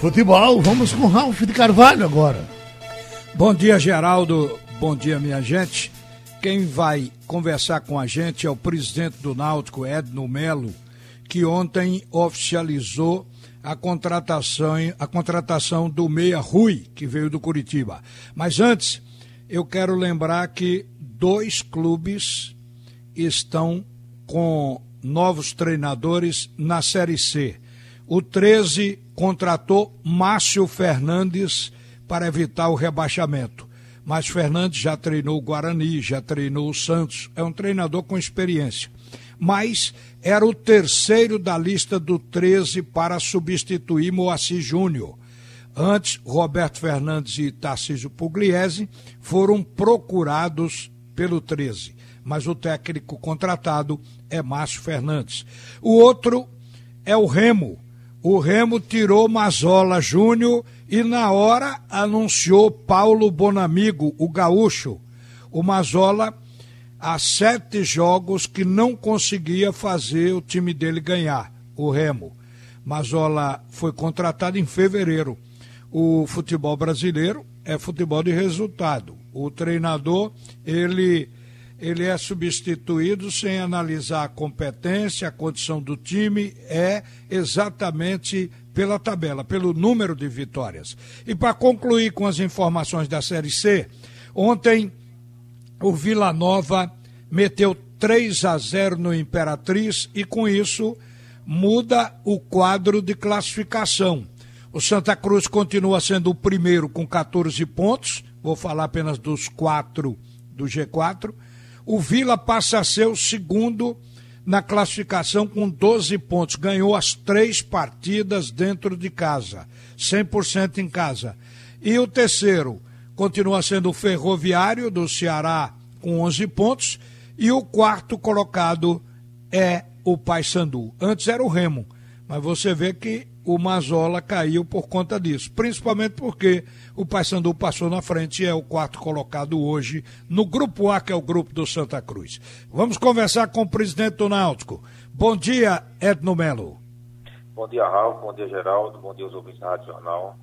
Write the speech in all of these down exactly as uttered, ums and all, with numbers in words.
Futebol, vamos com Ralf de Carvalho agora. Bom dia, Geraldo. Bom dia, minha gente. Quem vai conversar com a gente é o presidente do Náutico, Edno Melo, que ontem oficializou a contratação, a contratação do Meia Rui, que veio do Curitiba. Mas antes, eu quero lembrar que dois clubes estão com novos treinadores na Série C. O treze contratou Márcio Fernandes para evitar o rebaixamento. Márcio Fernandes já treinou o Guarani, já treinou o Santos, é um treinador com experiência. Mas era o terceiro da lista do treze para substituir Moacir Júnior. Antes, Roberto Fernandes e Tarcísio Pugliese foram procurados pelo treze, mas o técnico contratado é Márcio Fernandes. O outro é o Remo. O Remo tirou Mazola Júnior e na hora anunciou Paulo Bonamigo, o gaúcho. O Mazola, há sete jogos que não conseguia fazer o time dele ganhar, o Remo. Mazola foi contratado em fevereiro. O futebol brasileiro é futebol de resultado. O treinador, ele... ele é substituído sem analisar a competência, a condição do time, é exatamente pela tabela, pelo número de vitórias. E para concluir com as informações da Série C, ontem o Vila Nova meteu três a zero no Imperatriz e com isso muda o quadro de classificação. O Santa Cruz continua sendo o primeiro com quatorze pontos, vou falar apenas dos quatro do G quatro. O Vila passa a ser o segundo na classificação com doze pontos. Ganhou as três partidas dentro de casa, cem por cento em casa. E o terceiro continua sendo o Ferroviário do Ceará com onze pontos. E o quarto colocado é o Paysandu. Antes era o Remo, mas você vê que o Mazola caiu por conta disso, principalmente porque o Paysandu passou na frente e é o quarto colocado hoje no Grupo A, que é o grupo do Santa Cruz. Vamos conversar com o presidente do Náutico. Bom dia, Edno Melo. Bom dia, Ralf. Bom dia, Geraldo. Bom dia aos ouvintes da Rádio Jornal.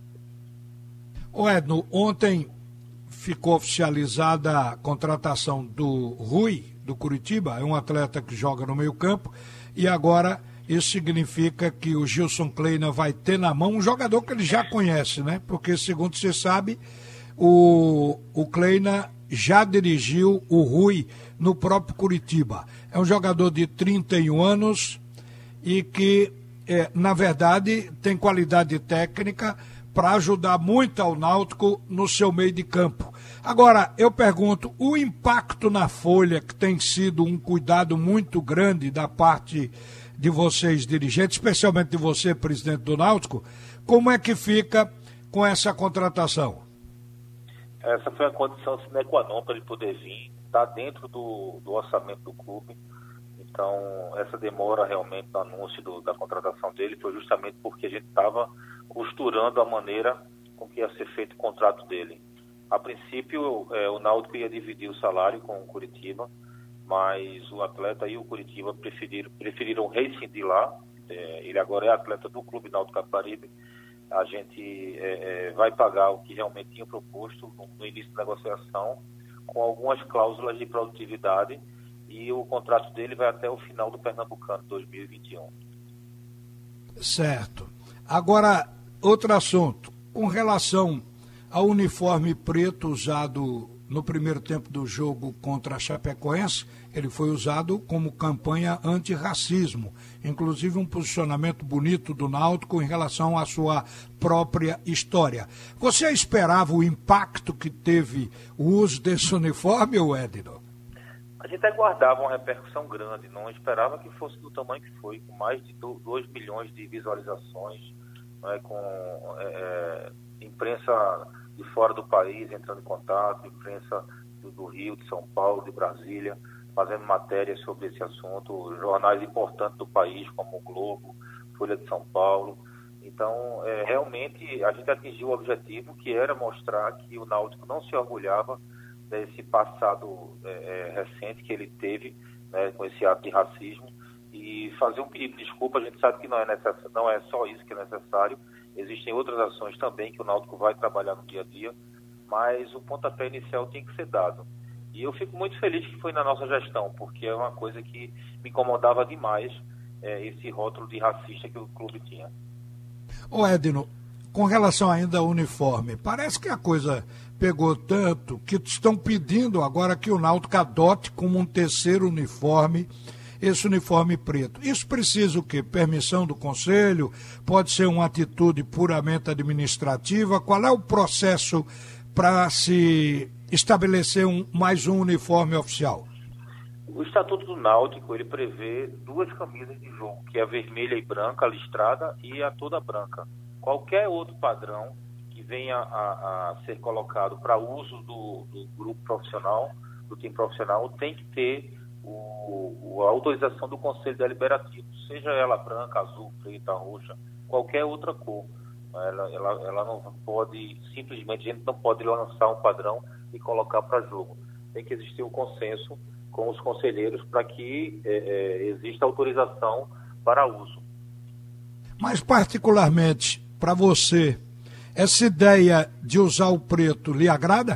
Ô Edno, ontem ficou oficializada a contratação do Rui, do Curitiba, é um atleta que joga no meio campo, e agora isso significa que o Gilson Kleina vai ter na mão um jogador que ele já conhece, né? Porque, segundo você sabe, o, o Kleina já dirigiu o Rui no próprio Curitiba. É um jogador de trinta e um anos e que, é, na verdade, tem qualidade técnica para ajudar muito ao Náutico no seu meio de campo. Agora, eu pergunto, o impacto na folha, que tem sido um cuidado muito grande da parte de vocês, dirigentes, especialmente de você, presidente do Náutico, como é que fica com essa contratação? Essa foi a condição sine qua non para ele poder vir, está dentro do, do orçamento do clube. Então, essa demora realmente no anúncio do, da contratação dele foi justamente porque a gente estava costurando a maneira com que ia ser feito o contrato dele. A princípio, é, o Náutico ia dividir o salário com o Curitiba, mas o atleta e o Curitiba preferiram, preferiram rescindir lá. É, ele agora é atleta do Clube Náutico Capibaribe. A gente é, é, vai pagar o que realmente tinha proposto no, no início da negociação, com algumas cláusulas de produtividade, e o contrato dele vai até o final do Pernambucano dois mil e vinte e um. Certo. Agora, outro assunto. Com relação ao uniforme preto usado no primeiro tempo do jogo contra a Chapecoense, ele foi usado como campanha antirracismo, inclusive um posicionamento bonito do Náutico em relação à sua própria história. Você esperava o impacto que teve o uso desse uniforme, Edno? A gente aguardava uma repercussão grande, não esperava que fosse do tamanho que foi, com mais de dois milhões de visualizações, né, com é, imprensa de fora do país entrando em contato, imprensa do, do Rio, de São Paulo, de Brasília, fazendo matérias sobre esse assunto, jornais importantes do país, como o Globo, Folha de São Paulo. Então, é, realmente, a gente atingiu o objetivo, que era mostrar que o Náutico não se orgulhava desse passado é, é, recente que ele teve, né, com esse ato de racismo, e fazer um pedido de desculpa. A gente sabe que não é, necess... não é só isso que é necessário, existem outras ações também que o Náutico vai trabalhar no dia a dia, mas o pontapé inicial tem que ser dado. E eu fico muito feliz que foi na nossa gestão, porque é uma coisa que me incomodava demais, é, esse rótulo de racista que o clube tinha. Ô Edno, com relação ainda ao uniforme, parece que a coisa pegou tanto que estão pedindo agora que o Náutico adote como um terceiro uniforme esse uniforme preto. Isso precisa o quê? Permissão do Conselho? Pode ser uma atitude puramente administrativa? Qual é o processo para se estabelecer um, mais um uniforme oficial? O Estatuto do Náutico, ele prevê duas camisas de jogo, que é a vermelha e branca, a listrada, e a toda branca. Qualquer outro padrão que venha a, a ser colocado para uso do, do grupo profissional, do time profissional, tem que ter o, a autorização do Conselho Deliberativo, seja ela branca, azul, preta, roxa, qualquer outra cor. Ela, ela, ela não pode, simplesmente, a gente não pode lançar um padrão e colocar para jogo. Tem que existir o consenso com os conselheiros para que é, é, exista autorização para uso. Mas particularmente para você, essa ideia de usar o preto lhe agrada?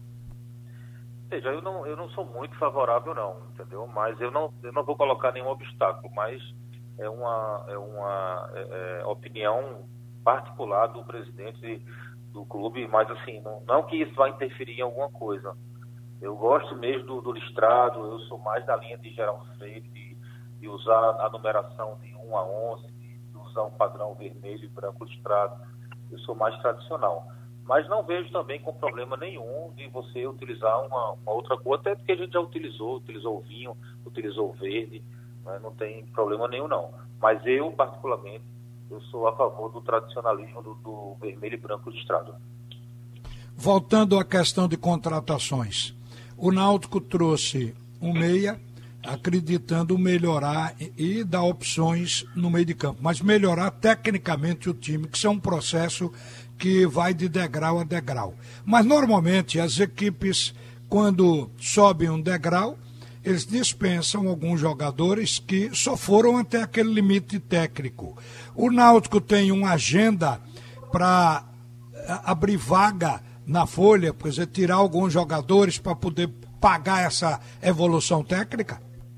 Veja, eu não, eu não sou muito favorável não, entendeu? Mas eu não, eu não vou colocar nenhum obstáculo, mas é uma, é uma é, é, opinião particular do presidente do clube, mas assim, não, não que isso vai interferir em alguma coisa. Eu gosto mesmo do, do listrado, eu sou mais da linha de Geraldo Freire, de, de usar a numeração de um a onze, de, de usar um padrão vermelho e branco listrado. Eu sou mais tradicional. Mas não vejo também com problema nenhum de você utilizar uma, uma outra cor, até porque a gente já utilizou, utilizou o vinho, utilizou o verde, né? Não tem problema nenhum não. Mas eu, particularmente, eu sou a favor do tradicionalismo do, do vermelho e branco listrado. Voltando à questão de contratações, o Náutico trouxe um meia, acreditando melhorar e, e dar opções no meio de campo, mas melhorar tecnicamente o time, que isso é um processo que vai de degrau a degrau. Mas normalmente as equipes, quando sobem um degrau, eles dispensam alguns jogadores que só foram até aquele limite técnico. O Náutico tem uma agenda para abrir vaga na folha, quer dizer, tirar alguns jogadores para poder pagar essa evolução técnica?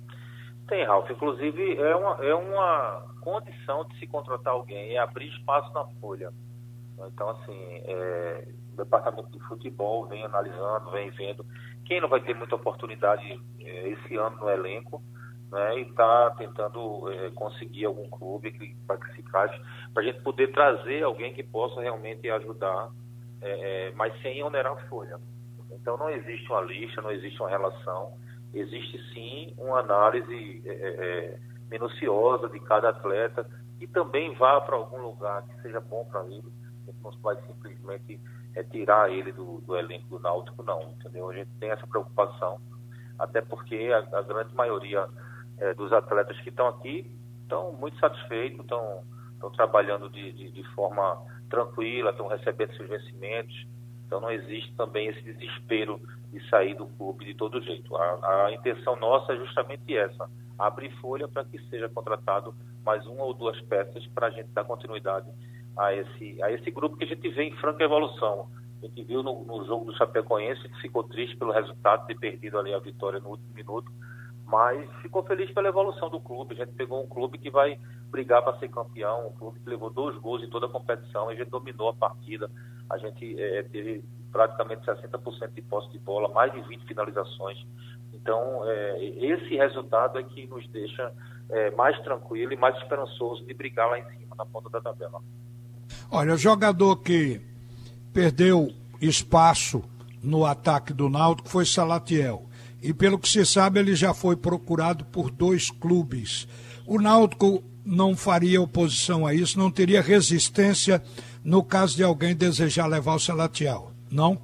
Tem, Ralf. Inclusive, é uma, é uma condição de se contratar alguém, é abrir espaço na folha. Então, assim, é, o departamento de futebol vem analisando, vem vendo quem não vai ter muita oportunidade é, esse ano no elenco, né, e está tentando é, conseguir algum clube que, para que se encaixe, para a gente poder trazer alguém que possa realmente ajudar, é, é, mas sem onerar a folha. Então, não existe uma lista, não existe uma relação, existe sim uma análise é, é, minuciosa de cada atleta e também vá para algum lugar que seja bom para ele. A gente não vai simplesmente é, tirar ele do, do elenco do Náutico, não, entendeu? A gente tem essa preocupação, até porque a, a grande maioria é, dos atletas que estão aqui estão muito satisfeitos, estão, estão trabalhando de, de, de forma tranquila, estão recebendo seus vencimentos, então não existe também esse desespero de sair do clube de todo jeito. A, a intenção nossa é justamente essa, abrir folha para que seja contratado mais uma ou duas peças para a gente dar continuidade a esse, a esse grupo que a gente vê em franca evolução. A gente viu no, no jogo do Chapecoense, que ficou triste pelo resultado de ter perdido ali a vitória no último minuto, mas ficou feliz pela evolução do clube. A gente pegou um clube que vai brigar para ser campeão, um clube que levou dois gols em toda a competição, a gente dominou a partida, a gente é, teve praticamente sessenta por cento de posse de bola, mais de vinte finalizações. Então, é, esse resultado é que nos deixa é, mais tranquilo e mais esperançoso de brigar lá em cima, na ponta da tabela. Olha, o jogador que perdeu espaço no ataque do Náutico foi Salatiel. E pelo que se sabe, ele já foi procurado por dois clubes. O Náutico não faria oposição a isso, não teria resistência no caso de alguém desejar levar o Salatiel, não?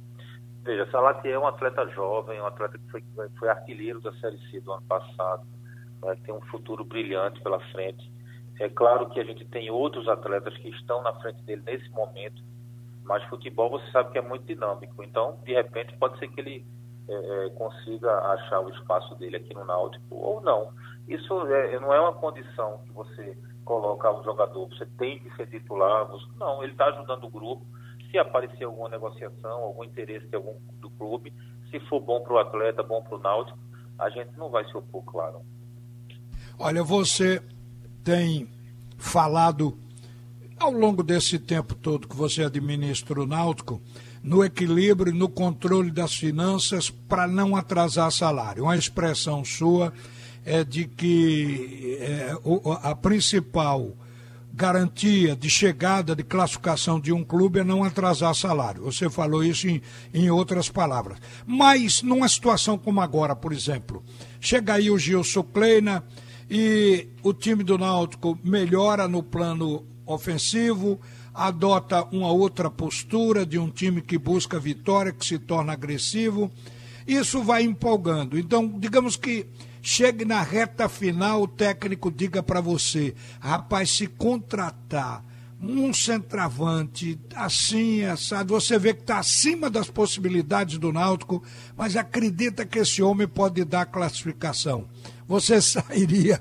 Veja, Salatiel é um atleta jovem, um atleta que foi, foi artilheiro da Série C do ano passado, né, tem um futuro brilhante pela frente. É claro que a gente tem outros atletas que estão na frente dele nesse momento, mas futebol você sabe que é muito dinâmico. Então, de repente, pode ser que ele é, consiga achar o espaço dele aqui no Náutico ou não. Isso é, não é uma condição que você coloca um jogador, você tem que ser titular. Você... Não, ele está ajudando o grupo. Se aparecer alguma negociação, algum interesse de algum do clube, se for bom para o atleta, bom para o Náutico, a gente não vai se opor, claro. Olha, você tem falado ao longo desse tempo todo que você administra o Náutico no equilíbrio, no controle das finanças para não atrasar salário. Uma expressão sua é de que é, o, a principal garantia de chegada, de classificação de um clube é não atrasar salário. Você falou isso em, em outras palavras. Mas numa situação como agora, por exemplo, chega aí o Gilson Kleina e o time do Náutico melhora no plano ofensivo, adota uma outra postura de um time que busca vitória, que se torna agressivo. Isso vai empolgando. Então, digamos que chegue na reta final, o técnico diga para você, rapaz, se contratar um centroavante assim, sabe, você vê que está acima das possibilidades do Náutico, mas acredita que esse homem pode dar classificação. Você sairia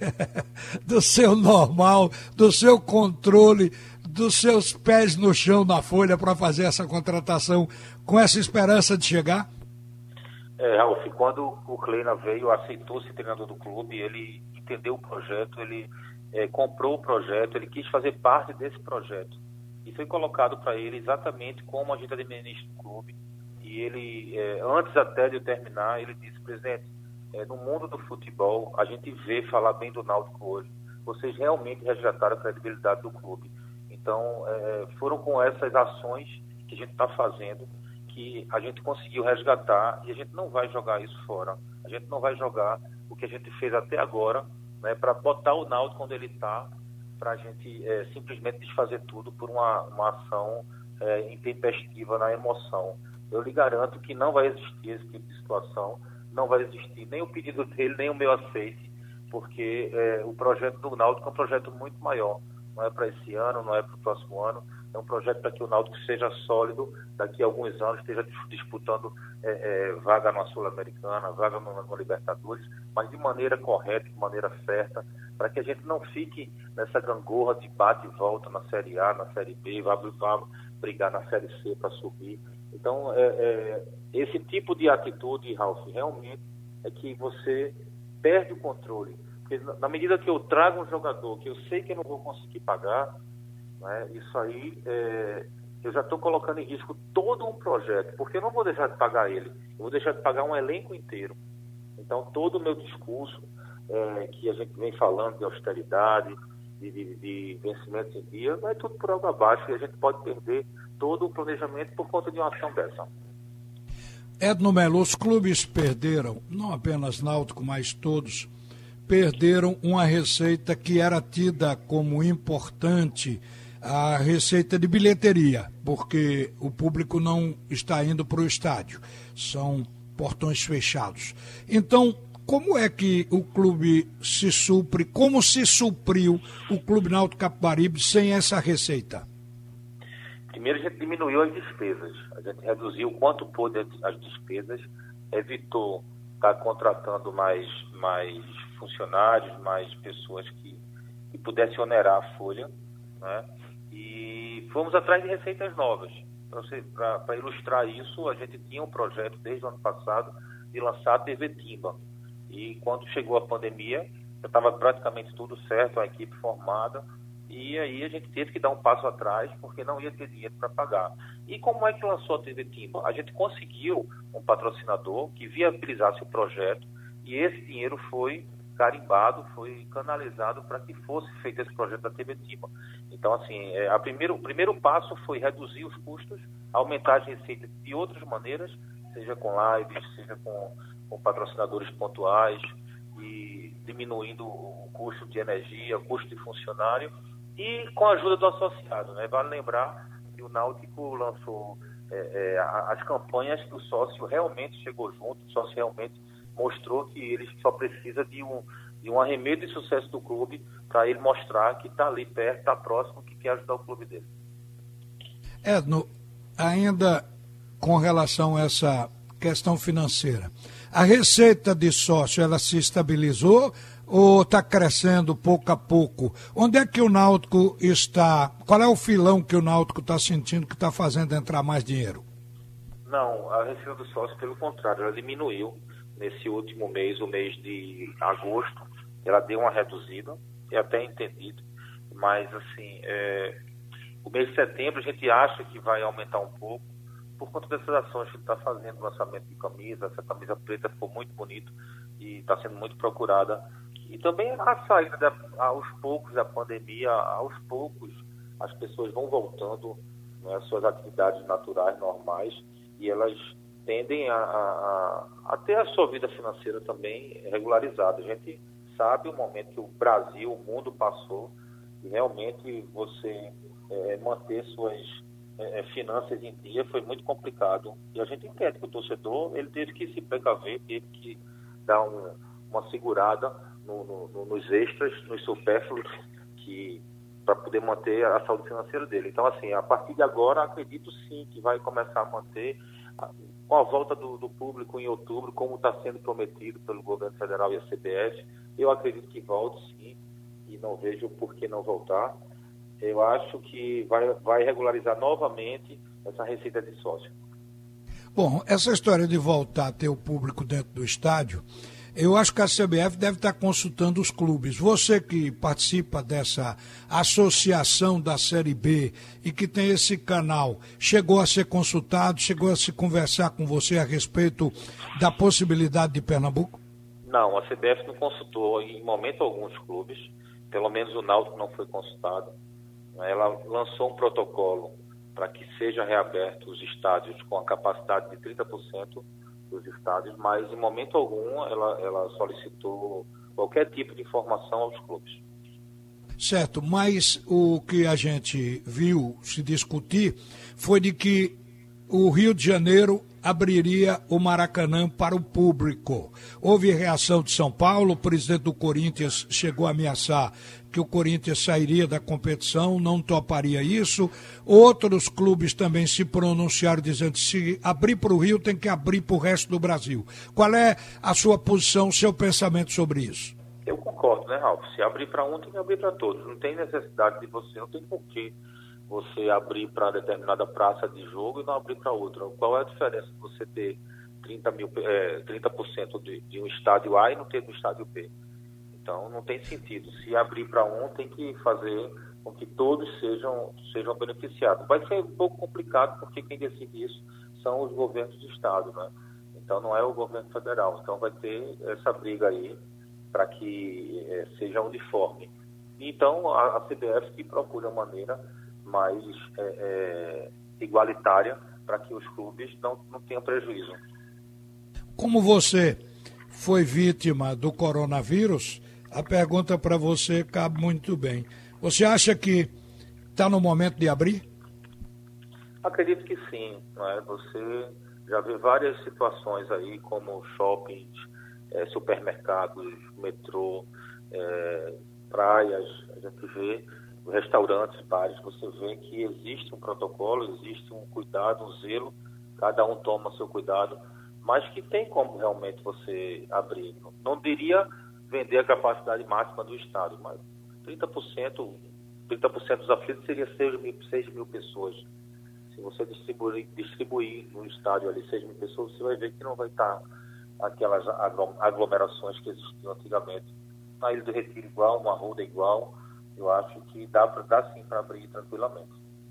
do seu normal, do seu controle, dos seus pés no chão na folha para fazer essa contratação com essa esperança de chegar? É, Ralf, quando o Kleina veio, aceitou ser treinador do clube, ele entendeu o projeto, ele é, comprou o projeto, ele quis fazer parte desse projeto. E foi colocado para ele exatamente como a gente administra o clube. E ele, é, antes até de eu terminar, ele disse, presidente, é, no mundo do futebol, a gente vê falar bem do Náutico hoje. Vocês realmente resgataram a credibilidade do clube. Então, é, foram com essas ações que a gente está fazendo que a gente conseguiu resgatar e a gente não vai jogar isso fora. A gente não vai jogar o que a gente fez até agora, né, para botar o Náutico onde ele está, para a gente é, simplesmente desfazer tudo por uma, uma ação é, intempestiva na emoção. Eu lhe garanto que não vai existir esse tipo de situação, não vai existir nem o pedido dele, nem o meu aceite, porque é, o projeto do Náutico é um projeto muito maior. Não é para esse ano, não é para o próximo ano, é um projeto para que o Náutico seja sólido, daqui a alguns anos esteja disputando é, é, vaga na Sul-Americana, vaga no, no Libertadores, mas de maneira correta, de maneira certa, para que a gente não fique nessa gangorra de bate e volta na Série A, na Série B, vá, vá brigar na Série C para subir. Então, é, é, esse tipo de atitude, Ralf, realmente é que você perde o controle. Porque na medida que eu trago um jogador que eu sei que eu não vou conseguir pagar, né, isso aí, é, eu já estou colocando em risco todo um projeto, porque eu não vou deixar de pagar ele, eu vou deixar de pagar um elenco inteiro. Então, todo o meu discurso, é, que a gente vem falando de austeridade, de, de, de vencimentos em dia, vai tudo por água abaixo e a gente pode perder todo o planejamento por conta de uma ação dessa. Edno Melo, os clubes perderam, não apenas Náutico, mas todos, perderam uma receita que era tida como importante, a receita de bilheteria, porque o público não está indo para o estádio, são portões fechados. Então, como é que o clube se supre, como se supriu o Clube Náutico Capibaribe sem essa receita? Primeiro, a gente diminuiu as despesas, a gente reduziu o quanto pôde as despesas, evitou estar contratando mais, mais funcionários, mais pessoas que, que pudessem onerar a folha, né? E fomos atrás de receitas novas. Para ilustrar isso, a gente tinha um projeto desde o ano passado de lançar a T V Timba. E quando chegou a pandemia, já estava praticamente tudo certo, a equipe formada, e aí a gente teve que dar um passo atrás, porque não ia ter dinheiro para pagar. E como é que lançou a T V Timba? A gente conseguiu um patrocinador que viabilizasse o projeto, e esse dinheiro foi carimbado, foi canalizado para que fosse feito esse projeto da T V Timba. Então, assim, é, a primeiro, o primeiro passo foi reduzir os custos, aumentar as receitas de outras maneiras, seja com lives, seja com, com patrocinadores pontuais, e diminuindo o custo de energia, o custo de funcionário, e com a ajuda do associado, né? Vale lembrar que o Náutico lançou é, é, as campanhas que o sócio realmente chegou junto, o sócio realmente mostrou que ele só precisa de um, de um arremedo de sucesso do clube para ele mostrar que está ali perto, está próximo, que quer ajudar o clube dele. Edno, ainda com relação a essa questão financeira, a receita de sócio, ela se estabilizou ou está crescendo pouco a pouco? Onde é que o Náutico está? Qual é o filão que o Náutico está sentindo que está fazendo entrar mais dinheiro? Não, a receita do sócio, pelo contrário, ela diminuiu nesse último mês, o mês de agosto, ela deu uma reduzida, é até entendido, mas assim, é, o mês de setembro a gente acha que vai aumentar um pouco, por conta dessas ações que está fazendo, lançamento de camisa, essa camisa preta ficou muito bonito e está sendo muito procurada. E também a saída da, aos poucos da pandemia, aos poucos as pessoas vão voltando, né, às suas atividades naturais, normais, e elas tendem a, a, a ter a sua vida financeira também regularizada. A gente sabe o momento que o Brasil, o mundo passou, e realmente você é, manter suas é, finanças em dia foi muito complicado. E a gente entende que o torcedor ele teve que se precaver, teve que dar um, uma segurada no, no, nos extras, nos supérfluos, que para poder manter a saúde financeira dele. Então, assim, a partir de agora, acredito sim que vai começar a manter, com a volta do, do público em outubro, como está sendo prometido pelo governo federal e a C B F, eu acredito que volte sim, e não vejo por que não voltar. Eu acho que vai, vai regularizar novamente essa receita de sócio. Bom, essa história de voltar a ter o público dentro do estádio, eu acho que a C B F deve estar consultando os clubes. Você que participa dessa associação da Série B e que tem esse canal, chegou a ser consultado, chegou a se conversar com você a respeito da possibilidade de Pernambuco? Não, a C B F não consultou em momento algum os clubes, pelo menos o Náutico não foi consultado. Ela lançou um protocolo para que seja reaberto os estádios com a capacidade de trinta por cento dos estádios, mas em momento algum ela, ela solicitou qualquer tipo de informação aos clubes. Certo, mas o que a gente viu se discutir foi de que o Rio de Janeiro abriria o Maracanã para o público. Houve reação de São Paulo, o presidente do Corinthians chegou a ameaçar que o Corinthians sairia da competição, não toparia isso. Outros clubes também se pronunciaram dizendo que se abrir para o Rio tem que abrir para o resto do Brasil. Qual é a sua posição, seu pensamento sobre isso? Eu concordo, né, Ralf? Se abrir para um, tem que abrir para todos. Não tem necessidade de você, não tem porquê você abrir para determinada praça de jogo e não abrir para outra. Qual é a diferença de você ter trinta mil, é, trinta por cento de, de um estádio A e não ter do estádio B? Então, não tem sentido. Se abrir para um, tem que fazer com que todos sejam, sejam beneficiados. Vai ser um pouco complicado, porque quem decide isso são os governos de estado, né? Então, não é o governo federal. Então, vai ter essa briga aí para que é, seja uniforme. Então, a, a C B F que procura uma maneira mais é, é, igualitária para que os clubes não, não tenham prejuízo. Como você foi vítima do coronavírus, a pergunta para você cabe muito bem. Você acha que está no momento de abrir? Acredito que sim. Não é? Você já vê várias situações aí, como shoppings, é, supermercados, metrô, é, praias, a gente vê restaurantes, bares, você vê que existe um protocolo, existe um cuidado, um zelo, cada um toma seu cuidado, mas que tem como realmente você abrir. Não diria vender a capacidade máxima do estádio, mas trinta por cento, trinta por cento dos aflitos seria seis mil, seis mil pessoas. Se você distribuir, distribuir no estádio ali seis mil pessoas, você vai ver que não vai estar aquelas aglomerações que existiam antigamente. Na Ilha do Retiro igual, uma Arruda igual, eu acho que dá, pra, dá sim para abrir tranquilamente.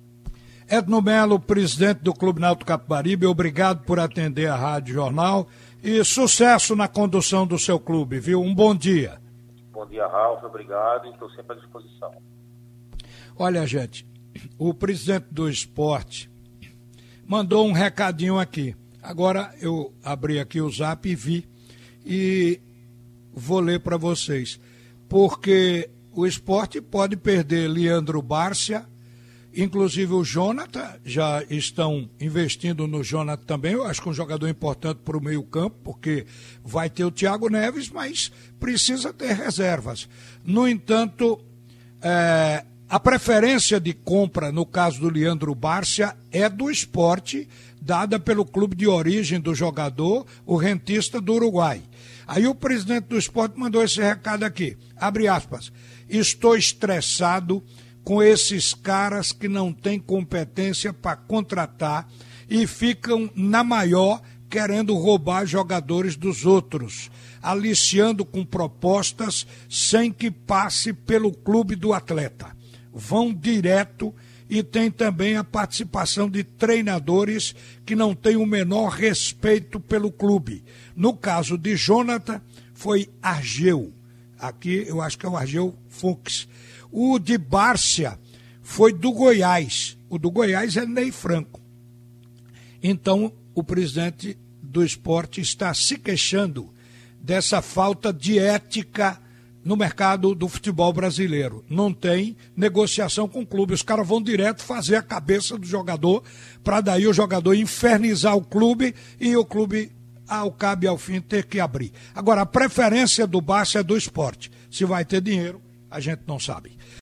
Edno Melo, presidente do Clube Náutico Capibaribe, obrigado por atender a Rádio Jornal e sucesso na condução do seu clube, viu? Um bom dia. Bom dia, Ralf, obrigado e estou sempre à disposição. Olha, gente, o presidente do esporte mandou um recadinho aqui. Agora eu abri aqui o zap e vi e vou ler para vocês, porque o esporte pode perder Leandro Bárcia, inclusive o Jonathan, já estão investindo no Jonathan também, eu acho que é um jogador importante para o meio campo, porque vai ter o Thiago Neves, mas precisa ter reservas. No entanto, é, a preferência de compra, no caso do Leandro Bárcia, é do esporte, dada pelo clube de origem do jogador, o Rentista do Uruguai. Aí o presidente do Sport mandou esse recado aqui, abre aspas, estou estressado com esses caras que não têm competência para contratar e ficam na maior querendo roubar jogadores dos outros, aliciando com propostas sem que passe pelo clube do atleta. Vão direto e tem também a participação de treinadores que não têm o menor respeito pelo clube. No caso de Jonathan, foi Argeu. Aqui eu acho que é o Argeu Fux. O de Bárcia foi do Goiás. O do Goiás é Ney Franco. Então, o presidente do Sport está se queixando dessa falta de ética no mercado do futebol brasileiro. Não tem negociação com o clube. Os caras vão direto fazer a cabeça do jogador para daí o jogador infernizar o clube e o clube, ao cabo e ao fim, ter que abrir. Agora, a preferência do Barça é do Sport. Se vai ter dinheiro, a gente não sabe.